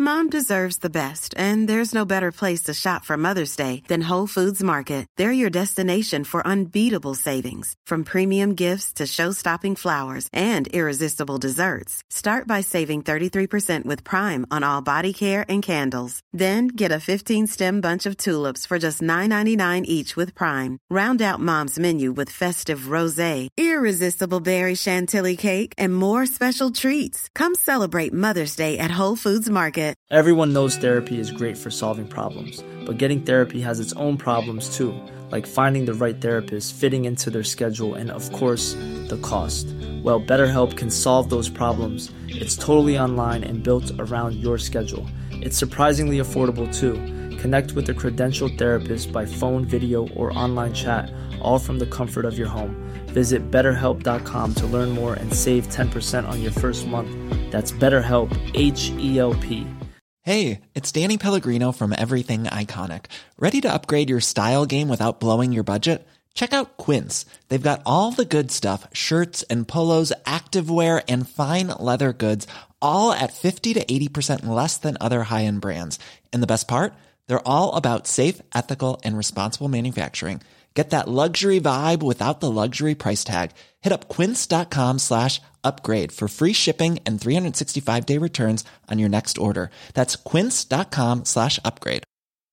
Mom deserves the best, and there's no better place to shop for Mother's Day than Whole Foods Market. They're your destination for unbeatable savings, from premium gifts to show-stopping flowers and irresistible desserts. Start by saving 33% with Prime on all body care and candles. Then get a 15-stem bunch of tulips for just $9.99 each with Prime. Round out Mom's menu with festive rosé, irresistible berry chantilly cake, and more special treats. Come celebrate Mother's Day at Whole Foods Market. Everyone knows therapy is great for solving problems, but getting therapy has its own problems too, like finding the right therapist, fitting into their schedule, and of course, the cost. Well, BetterHelp can solve those problems. It's totally online and built around your schedule. It's surprisingly affordable too. Connect with a credentialed therapist by phone, video, or online chat, all from the comfort of your home. Visit BetterHelp.com to learn more and save 10% on your first month. That's BetterHelp, H-E-L-P. Hey, it's Danny Pellegrino from Everything Iconic. Ready to upgrade your style game without blowing your budget? Check out Quince. They've got all the good stuff, shirts and polos, activewear, and fine leather goods, all at 50 to 80% less than other high-end brands. And the best part? They're all about safe, ethical, and responsible manufacturing. Get that luxury vibe without the luxury price tag. Hit up quince.com/upgrade for free shipping and 365-day returns on your next order. That's quince.com/upgrade.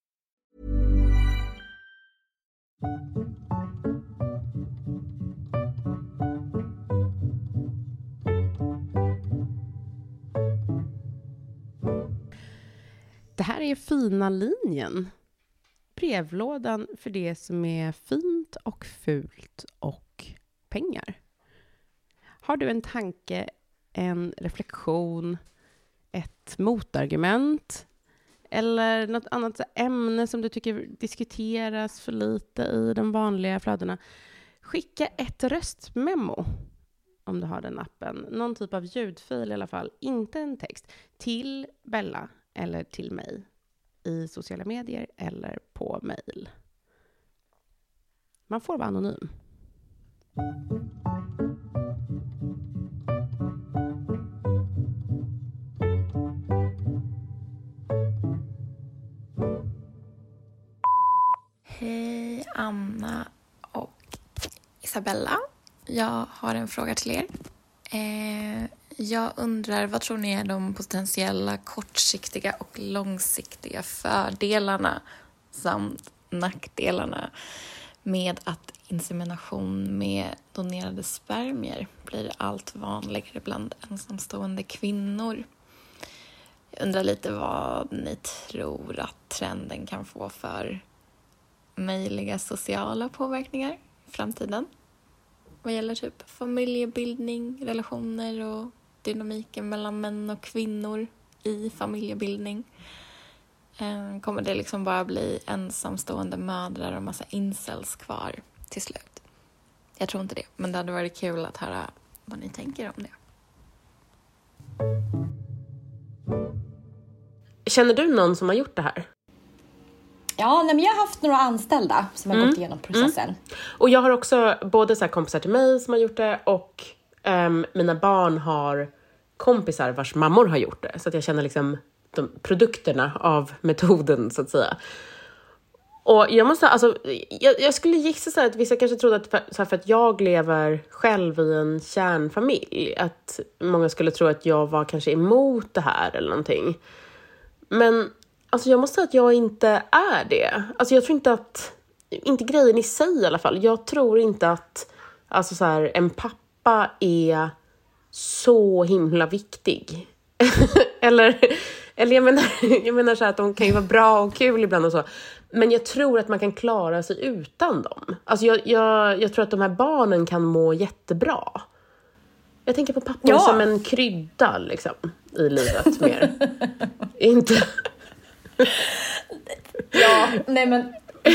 Det här är Fina linjen. Brevlådan för det som är fint och fult och pengar. Har du en tanke, en reflektion, ett motargument eller något annat ämne som du tycker diskuteras för lite i de vanliga flödena? Skicka ett röstmemo om du har den appen. Någon typ av ljudfil i alla fall, inte en text, till Bella eller till mig i sociala medier eller på mejl. Man får vara anonym. Hej Anna och Isabella. Jag har en fråga till er. Jag undrar, vad tror ni är de potentiella kortsiktiga och långsiktiga fördelarna samt nackdelarna med att insemination med donerade spermier blir allt vanligare bland ensamstående kvinnor? Jag undrar lite vad ni tror att trenden kan få för möjliga sociala påverkningar i framtiden. Vad gäller typ familjebildning, relationer och dynamiken mellan män och kvinnor i familjebildning. Kommer det liksom bara bli ensamstående mödrar och massa incels kvar till slut? Jag tror inte det, men det hade varit kul att höra vad ni tänker om det. Känner du någon som har gjort det här? Ja, men jag har haft några anställda som har gått igenom processen. Och jag har också både så här kompisar till mig som har gjort det och mina barn har kompisar vars mammor har gjort det. Så att jag känner liksom de produkterna av metoden så att säga. Och jag måste, alltså, jag skulle gissa så här att vissa kanske trodde att för att jag lever själv i en kärnfamilj, att många skulle tro att jag var kanske emot det här eller någonting. Men alltså jag måste säga att jag inte är det. Alltså jag tror inte grejen i sig i alla fall. Jag tror inte att alltså så här, en pappa är så himla viktig. eller jag menar så här att de kan ju vara bra och kul ibland och så. Men jag tror att man kan klara sig utan dem. Alltså jag tror att de här barnen kan må jättebra. Jag tänker på pappan som en krydda liksom i livet mer. Inte... Ja, nej men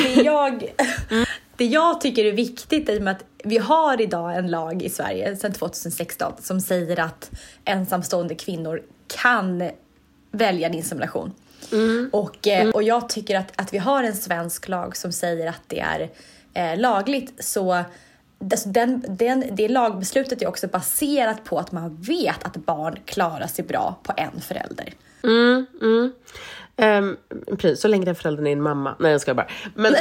det jag tycker är viktigt i och med att vi har idag en lag i Sverige sedan 2016 som säger att ensamstående kvinnor kan välja en insemination. Och jag tycker att vi har en svensk lag som säger att det är lagligt, så alltså det lagbeslutet är också baserat på att man vet att barn klarar sig bra på en förälder. Precis, så länge den föräldern är en mamma. Nej, jag ska bara.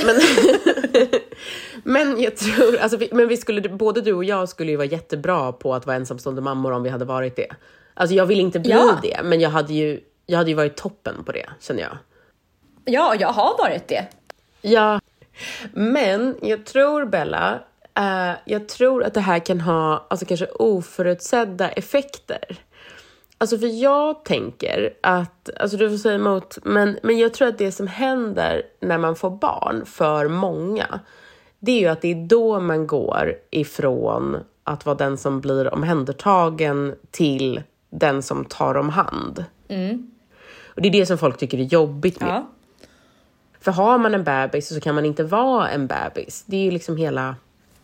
Men jag tror, alltså, men vi skulle, både du och jag skulle ju vara jättebra på att vara ensamstående mammor om vi hade varit det. Alltså jag vill inte bli det, men jag hade ju varit toppen på det, känner jag. Ja, jag har varit det. Ja, men jag tror, Bella, jag tror att det här kan ha alltså kanske oförutsedda effekter. Alltså för jag tänker att, alltså du får säga emot, men jag tror att det som händer när man får barn för många, det är ju att det är då man går ifrån att vara den som blir omhändertagen till den som tar om hand. Och det är det som folk tycker är jobbigt med. Ja. För har man en bebis så kan man inte vara en bebis. Det är ju liksom hela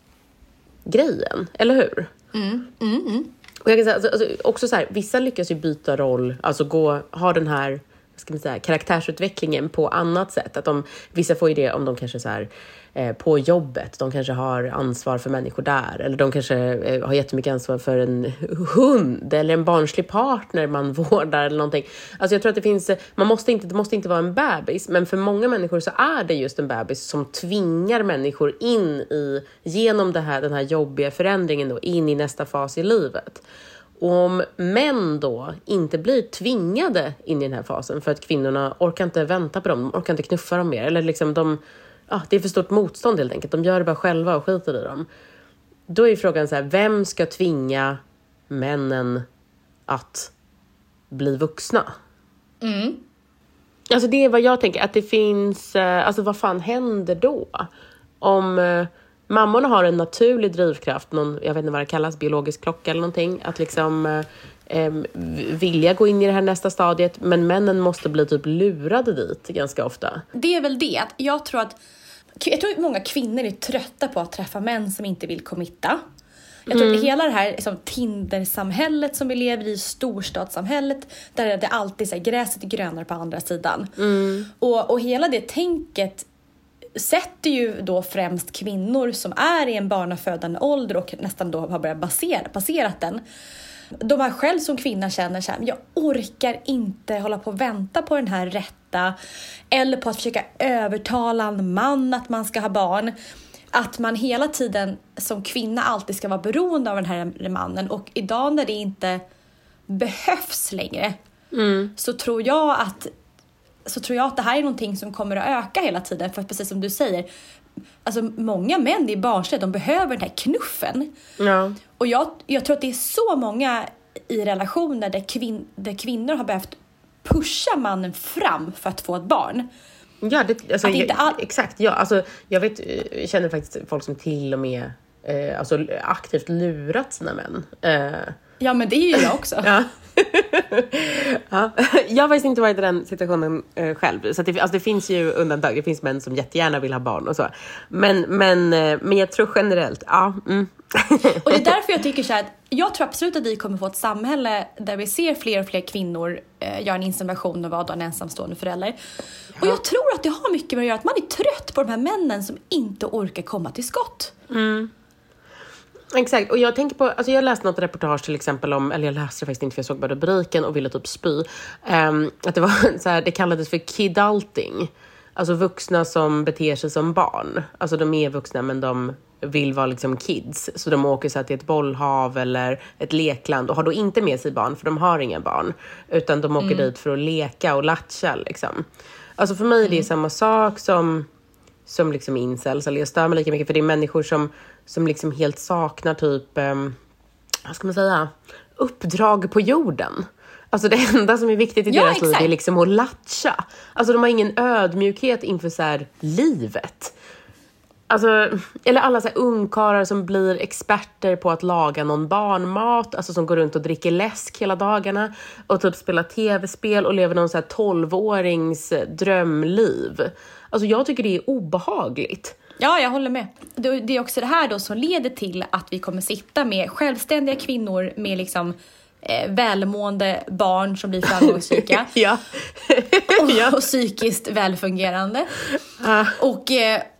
grejen, eller hur? Och jag kan säga, alltså, också så här, vissa lyckas ju byta roll, alltså ha den här, vad ska man säga, karaktärsutvecklingen på annat sätt. Att vissa får ju det om de kanske så här, på jobbet, de kanske har ansvar för människor där, eller de kanske har jättemycket ansvar för en hund eller en barnslig partner man vårdar eller någonting. Alltså jag tror att det finns, det måste inte vara en bebis, men för många människor så är det just en bebis som tvingar människor genom den här jobbiga förändringen då, in i nästa fas i livet. Och om män då inte blir tvingade in i den här fasen för att kvinnorna orkar inte vänta på dem, orkar inte knuffa dem mer, eller liksom det är för stort motstånd helt enkelt. De gör det bara själva och skiter i dem. Då är frågan så här, vem ska tvinga männen att bli vuxna? Alltså det är vad jag tänker, att det finns, alltså vad fan händer då? Om mammorna har en naturlig drivkraft, jag vet inte vad det kallas, biologisk klocka eller någonting, att liksom vilja gå in i det här nästa stadiet, men männen måste bli typ lurade dit ganska ofta. Det är väl det. Jag tror att många kvinnor är trötta på att träffa män som inte vill committa. Jag tror att hela det här liksom, Tinder-samhället som vi lever i, storstadssamhället, där det alltid så här, gräset är grönare på andra sidan. Och hela det tänket sätter ju då främst kvinnor som är i en barnafödande ålder och nästan då har börjat passerat den. De här själv som kvinna känner så här, jag orkar inte hålla på och vänta på den här rätta, eller på att försöka övertala en man att man ska ha barn. Att man hela tiden som kvinna alltid ska vara beroende av den här mannen, och idag när det inte behövs längre så tror jag att det här är någonting som kommer att öka hela tiden, för att precis som du säger, alltså många män i barnsliga, de behöver den här knuffen. Ja. Och jag tror att det är så många i relationer där kvinnor har behövt pusha mannen fram för att få ett barn. Ja, alltså, exakt. Ja, alltså, jag känner faktiskt folk som till och med alltså, aktivt lurat sina män. Ja, men det är ju jag också. Ja. Ja. Jag har faktiskt inte varit i den situationen själv. Så att det finns ju undantag. Det finns män som jättegärna vill ha barn och så. Men jag tror generellt, ja. Och det är därför jag tycker så här, att jag tror absolut att vi kommer få ett samhälle där vi ser fler och fler kvinnor göra en insemination och vara en ensamstående förälder. Och jag tror att det har mycket med att göra att man är trött på de här männen som inte orkar komma till skott. Exakt, och jag tänker på, alltså jag läste något reportage till exempel om, eller jag läste faktiskt inte för jag såg bara rubriken och ville typ spy, att det var så här, det kallades för kidulting, alltså vuxna som beter sig som barn, alltså de är vuxna men de vill vara liksom kids, så de åker så här till ett bollhav eller ett lekland och har då inte med sig barn, för de har inga barn, utan de åker dit för att leka och latcha liksom. Alltså för mig är det samma sak som liksom incels, eller jag stör mig lika mycket, för det är människor som liksom helt saknar typ, vad ska man säga, uppdrag på jorden. Alltså det enda som är viktigt i deras liv är liksom att latcha. Alltså de har ingen ödmjukhet inför så här livet. Alltså, eller alla så här ungkarlar som blir experter på att laga någon barnmat, alltså som går runt och dricker läsk hela dagarna och typ spelar tv-spel och lever någon så här 12-årings drömliv. Alltså jag tycker det är obehagligt. Ja, jag håller med. Det är också det här då som leder till att vi kommer sitta med självständiga kvinnor med liksom välmående barn som blir framgångsrika. Ja. och psykiskt välfungerande. Och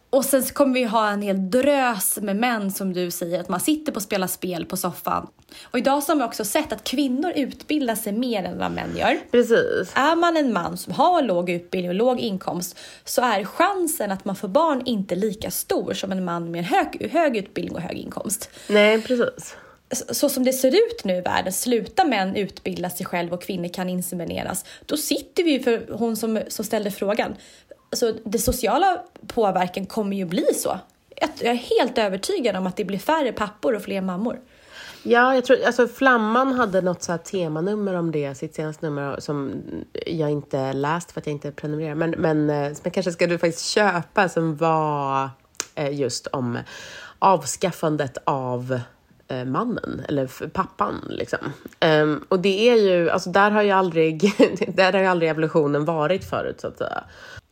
Och sen kommer vi ha en hel drös med män, som du säger, att man sitter på och spelar spel på soffan. Och idag så har man också sett att kvinnor utbildar sig mer än vad män gör. Precis. Är man en man som har låg utbildning och låg inkomst, så är chansen att man får barn inte lika stor som en man med hög utbildning och hög inkomst. Nej, precis. Så som det ser ut nu i världen, slutar män utbilda sig själv och kvinnor kan insemineras, då sitter vi, för hon som ställde frågan, alltså det sociala påverkan kommer ju bli så. Jag är helt övertygad om att det blir färre pappor och fler mammor. Ja, jag tror, alltså Flamman hade något så här temanummer om det, sitt senaste nummer, som jag inte läst för att jag inte prenumererar, men som kanske ska du faktiskt köpa, som var just om avskaffandet av mannen eller pappan liksom. Och det är ju, alltså där har ju aldrig evolutionen varit förut, så att säga.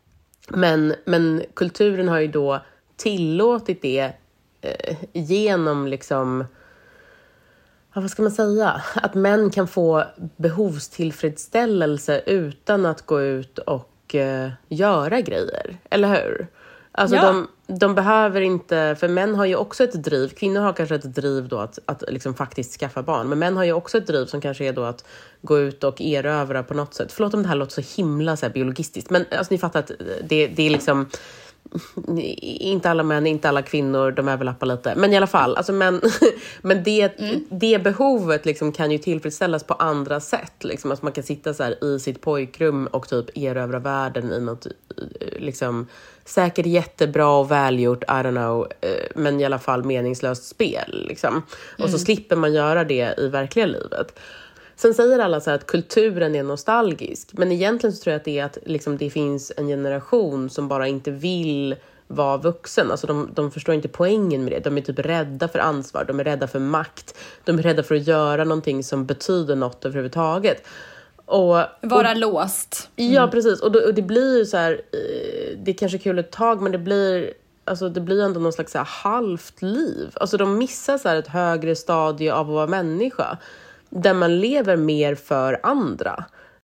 Men kulturen har ju då tillåtit det genom liksom, vad ska man säga, att män kan få behovstillfredsställelse utan att gå ut och göra grejer, eller hur? Alltså ja. De behöver inte, för män har ju också ett driv, kvinnor har kanske ett driv då att liksom faktiskt skaffa barn, men män har ju också ett driv som kanske är då att gå ut och erövra på något sätt. Förlåt om det här låter så himla så här biologistiskt, men alltså ni fattar att det är liksom inte alla män, inte alla kvinnor, de överlappar lite. Men i alla fall, alltså men det behovet liksom kan ju tillfredsställas på andra sätt. Liksom. Alltså man kan sitta så här i sitt pojkrum och typ erövra världen i något liksom, säkert jättebra och välgjort, I don't know, men i alla fall meningslöst spel. Liksom. Och så slipper man göra det i verkliga livet. Sen säger alla så här att kulturen är nostalgisk. Men egentligen så tror jag att det är att liksom, det finns en generation som bara inte vill vara vuxen. Alltså de förstår inte poängen med det. De är typ rädda för ansvar. De är rädda för makt. De är rädda för att göra någonting som betyder något överhuvudtaget. Vara låst. Ja, precis. Och det blir ju så här, det är kanske kul ett tag, men det blir ändå någon slags så här halvt liv. Alltså de missar så här ett högre stadie av att vara människa. Där man lever mer för andra.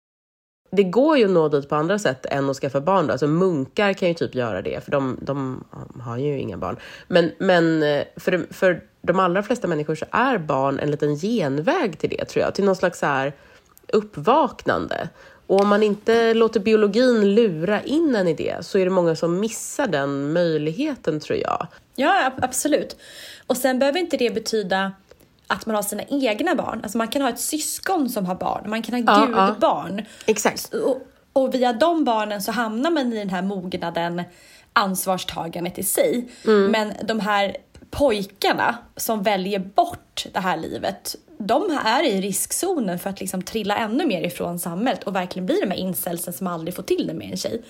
Det går ju att nå dit på andra sätt än att skaffa barn då. Alltså munkar kan ju typ göra det, för de har ju inga barn. Men för de allra flesta människor så är barn en liten genväg till det, tror jag. Till någon slags så här uppvaknande. Och om man inte låter biologin lura in en i det, så är det många som missar den möjligheten, tror jag. Ja, absolut. Och sen behöver inte det betyda att man har sina egna barn. Alltså man kan ha ett syskon som har barn. Man kan ha gudbarn. Exakt. Och via de barnen så hamnar man i den här mognaden, ansvarstagandet i sig. Men de här pojkarna som väljer bort det här livet, de är i riskzonen för att liksom trilla ännu mer ifrån samhället och verkligen bli de här incelsen som aldrig får till det med en tjej.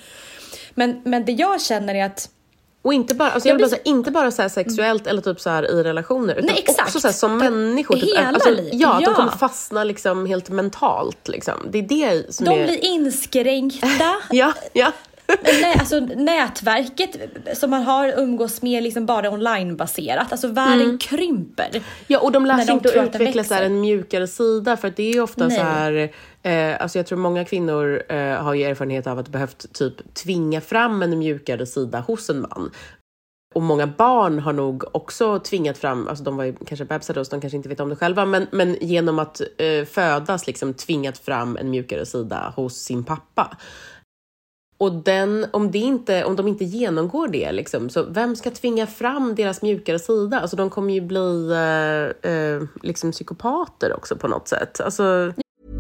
Men det jag känner är att, och inte bara, alltså jag vill bara säga, inte bara så här sexuellt eller typ så här i relationer, utan också så här som människor typ, hela alltså, livet. ja, att de kommer fastna liksom helt mentalt liksom. Det är det som blir inskränkta. ja. Nej, alltså nätverket som man har umgås med liksom bara onlinebaserat. Alltså världen krymper. Ja, och de lär sig inte att utveckla så här en mjukare sida. För att det är ofta så här, alltså jag tror många kvinnor har ju erfarenhet av att behövt typ tvinga fram en mjukare sida hos en man. Och många barn har nog också tvingat fram, alltså de var ju kanske bebisar då, så de kanske inte vet om det själva, men genom att födas liksom tvingat fram en mjukare sida hos sin pappa. Och om de inte genomgår det liksom, så vem ska tvinga fram deras mjukare sida? Alltså de kommer ju bli liksom psykopater också på något sätt. Alltså...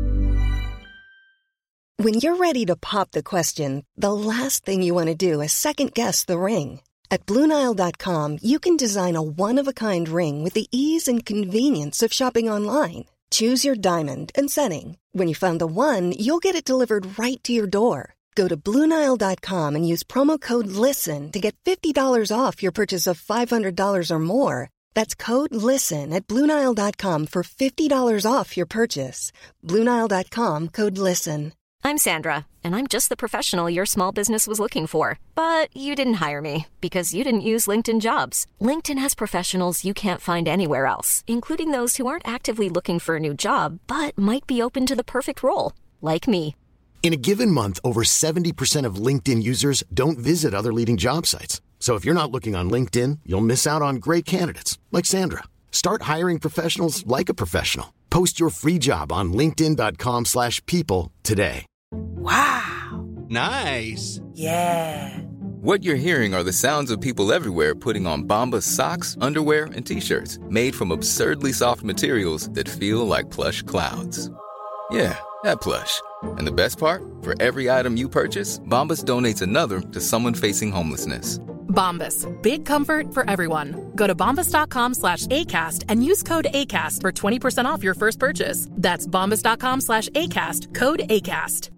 When you're ready to pop the question, the last thing you want to do is second guess the ring. At BlueNile.com you can design a one-of-a-kind ring with the ease and convenience of shopping online. Choose your diamond and setting. When you find the one, you'll get it delivered right to your door. Go to BlueNile.com and use promo code LISTEN to get $50 off your purchase of $500 or more. That's code LISTEN at BlueNile.com for $50 off your purchase. BlueNile.com, code LISTEN. I'm Sandra, and I'm just the professional your small business was looking for. But you didn't hire me because you didn't use LinkedIn Jobs. LinkedIn has professionals you can't find anywhere else, including those who aren't actively looking for a new job, but might be open to the perfect role, like me. In a given month, over 70% of LinkedIn users don't visit other leading job sites. So if you're not looking on LinkedIn, you'll miss out on great candidates like Sandra. Start hiring professionals like a professional. Post your free job on linkedin.com/people today. Wow. Nice. Yeah. What you're hearing are the sounds of people everywhere putting on Bombas socks, underwear, and T-shirts made from absurdly soft materials that feel like plush clouds. Yeah, that plush. And the best part? For every item you purchase, Bombas donates another to someone facing homelessness. Bombas. Big comfort for everyone. Go to bombas.com/ACAST and use code ACAST for 20% off your first purchase. That's bombas.com/ACAST. Code ACAST.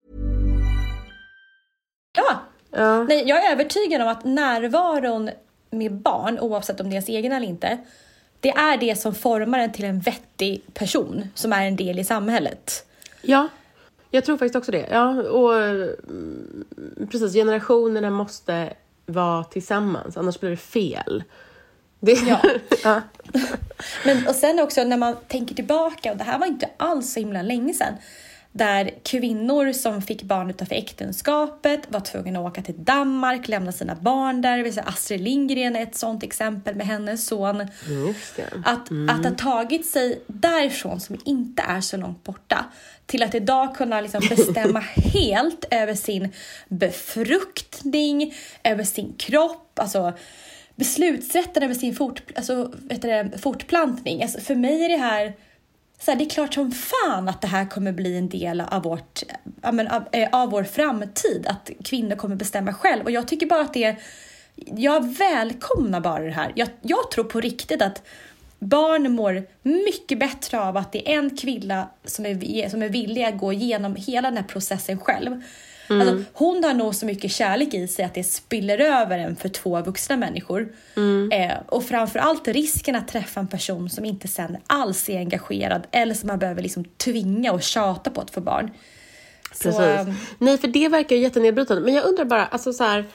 Ja. Nej, jag är övertygad om att närvaron med barn, oavsett om det är deras egen eller inte, det är det som formar en till en vettig person som är en del i samhället. Ja, jag tror faktiskt också det. Ja, och precis, generationerna måste vara tillsammans, annars blir det fel. Ja. Ja. Men och sen också när man tänker tillbaka, och det här var inte alls så himla länge sedan, där kvinnor som fick barn utanför äktenskapet var tvungna att åka till Danmark, lämna sina barn där. Vi säger Astrid Lindgren är ett sånt exempel med hennes son. Just det. Att ha tagit sig därifrån, som inte är så långt borta, till att idag kunna liksom bestämma helt över sin befruktning, över sin kropp, alltså beslutsrätten över sin fortplantning. Alltså för mig är det här, så här, det är klart som fan att det här kommer bli en del av av vår framtid, att kvinnor kommer bestämma själv. Och jag tycker bara att jag välkomnar bara det här. Jag tror på riktigt att barn mår mycket bättre av att det är en kvinna som är villig att gå igenom hela den här processen själv. Alltså, hon har nog så mycket kärlek i sig att det spiller över en för två vuxna människor. Och framförallt risken att träffa en person som inte sen alls är engagerad, eller som man behöver liksom tvinga och tjata på att få barn. Precis. Nej, för det verkar ju jättenedbrytande. Men jag undrar bara, alltså så här,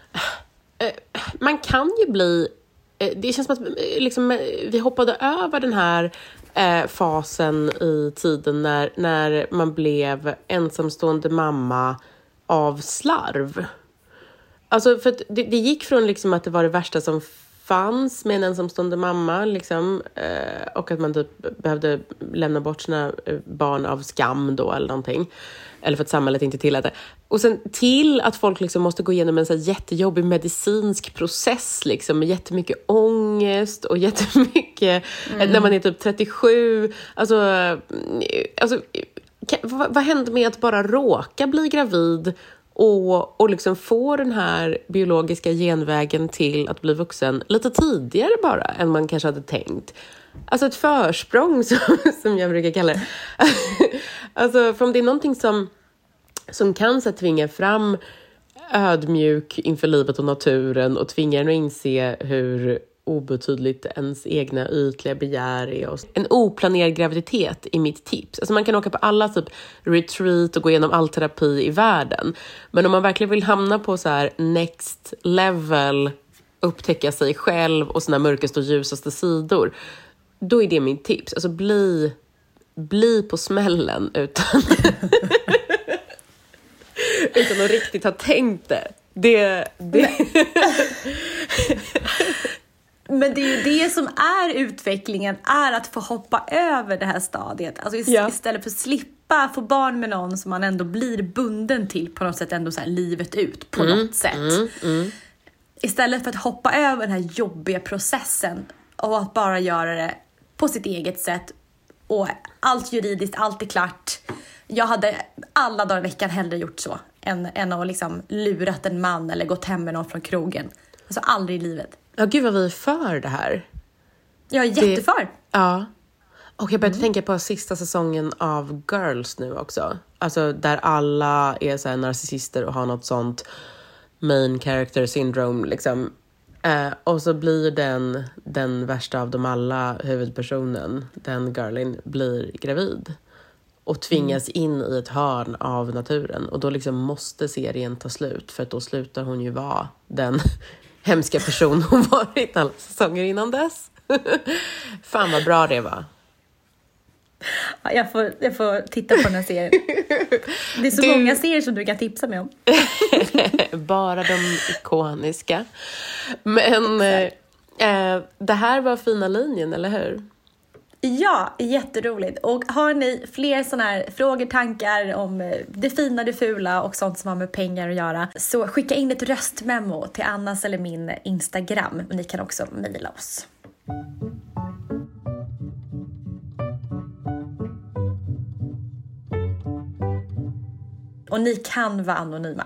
man kan ju bli, det känns som att liksom, vi hoppade över den här fasen i tiden när man blev ensamstående mamma av slarv. Alltså för att det gick från liksom att det var det värsta som fanns med en ensamstående mamma liksom, och att man typ behövde lämna bort sina barn av skam då eller någonting, eller för att samhället inte tillät det. Och sen till att folk liksom måste gå igenom en så här jättejobbig medicinsk process liksom, med jättemycket ångest och jättemycket när man är typ 37. Alltså vad händer med att bara råka bli gravid och liksom få den här biologiska genvägen till att bli vuxen lite tidigare bara än man kanske hade tänkt. Alltså ett försprång som jag brukar kalla det. Alltså för om det är någonting som kan så tvinga fram ödmjuk inför livet och naturen och tvinga en att inse hur obetydligt ens egna ytliga begär är. En oplanerad graviditet är mitt tips. Alltså man kan åka på alla typ retreat och gå igenom all terapi i världen. Men om man verkligen vill hamna på så här next level, upptäcka sig själv och sina mörkaste och ljusaste sidor, då är det min tips. Alltså bli på smällen utan att riktigt ha tänkt det. Men det är ju det som är utvecklingen, är att få hoppa över det här stadiet. Alltså istället för att slippa få barn med någon som man ändå blir bunden till på något sätt, ändå så här livet ut på något sätt. Istället för att hoppa över den här jobbiga processen och att bara göra det på sitt eget sätt och allt juridiskt, allt är klart. Jag hade alla dagar i veckan hellre gjort så än att liksom lurat en man eller gått hem med någon från krogen. Alltså aldrig i livet. Ja, gud vad vi är för det här. Jag är jätteför. Ja. Och jag började tänka på sista säsongen av Girls nu också. Alltså där alla är så här narcissister och har något sånt main character syndrome liksom. Och så blir den värsta av dem alla, huvudpersonen, den girlin, blir gravid. Och tvingas in i ett hörn av naturen. Och då liksom måste serien ta slut. För att då slutar hon ju vara den hemska person hon varit alla säsonger innan dess. Fan vad bra det var. Ja, jag får titta på den här serien. Det är så många serier som du kan tipsa mig om. Bara de ikoniska. Men det här var fina linjen, eller hur? Ja, jätteroligt. Och har ni fler såna här frågor, tankar om det fina, det fula och sånt som har med pengar att göra, så skicka in ett röstmemo till Annas eller min Instagram. Och ni kan också mejla oss. Och ni kan vara anonyma.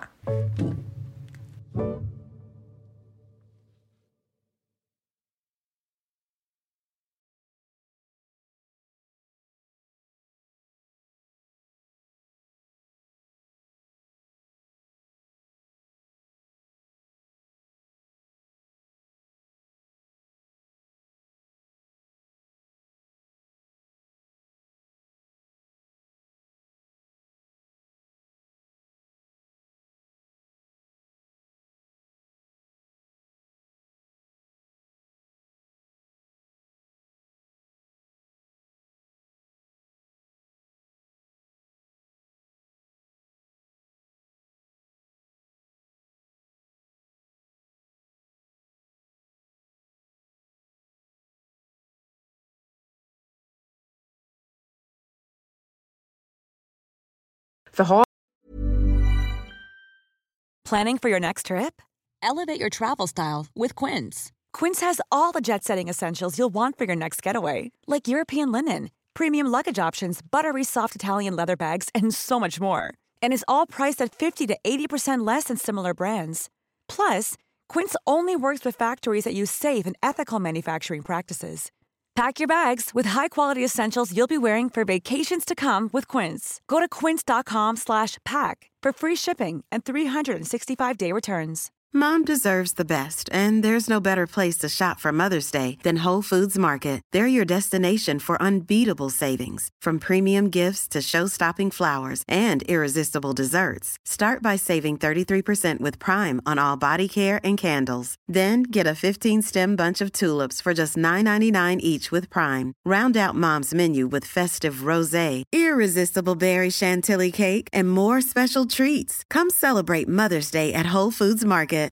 Planning for your next trip? Elevate your travel style with Quince. Quince has all the jet-setting essentials you'll want for your next getaway, like European linen, premium luggage options, buttery soft Italian leather bags, and so much more. And is all priced at 50 to 80% less than similar brands. Plus, Quince only works with factories that use safe and ethical manufacturing practices. Pack your bags with high-quality essentials you'll be wearing for vacations to come with Quince. Go to quince.com/pack for free shipping and 365-day returns. Mom deserves the best, and there's no better place to shop for Mother's Day than Whole Foods Market. They're your destination for unbeatable savings, from premium gifts to show-stopping flowers and irresistible desserts. Start by saving 33% with Prime on all body care and candles. Then get a 15-stem bunch of tulips for just $9.99 each with Prime. Round out Mom's menu with festive rosé, irresistible berry chantilly cake, and more special treats. Come celebrate Mother's Day at Whole Foods Market.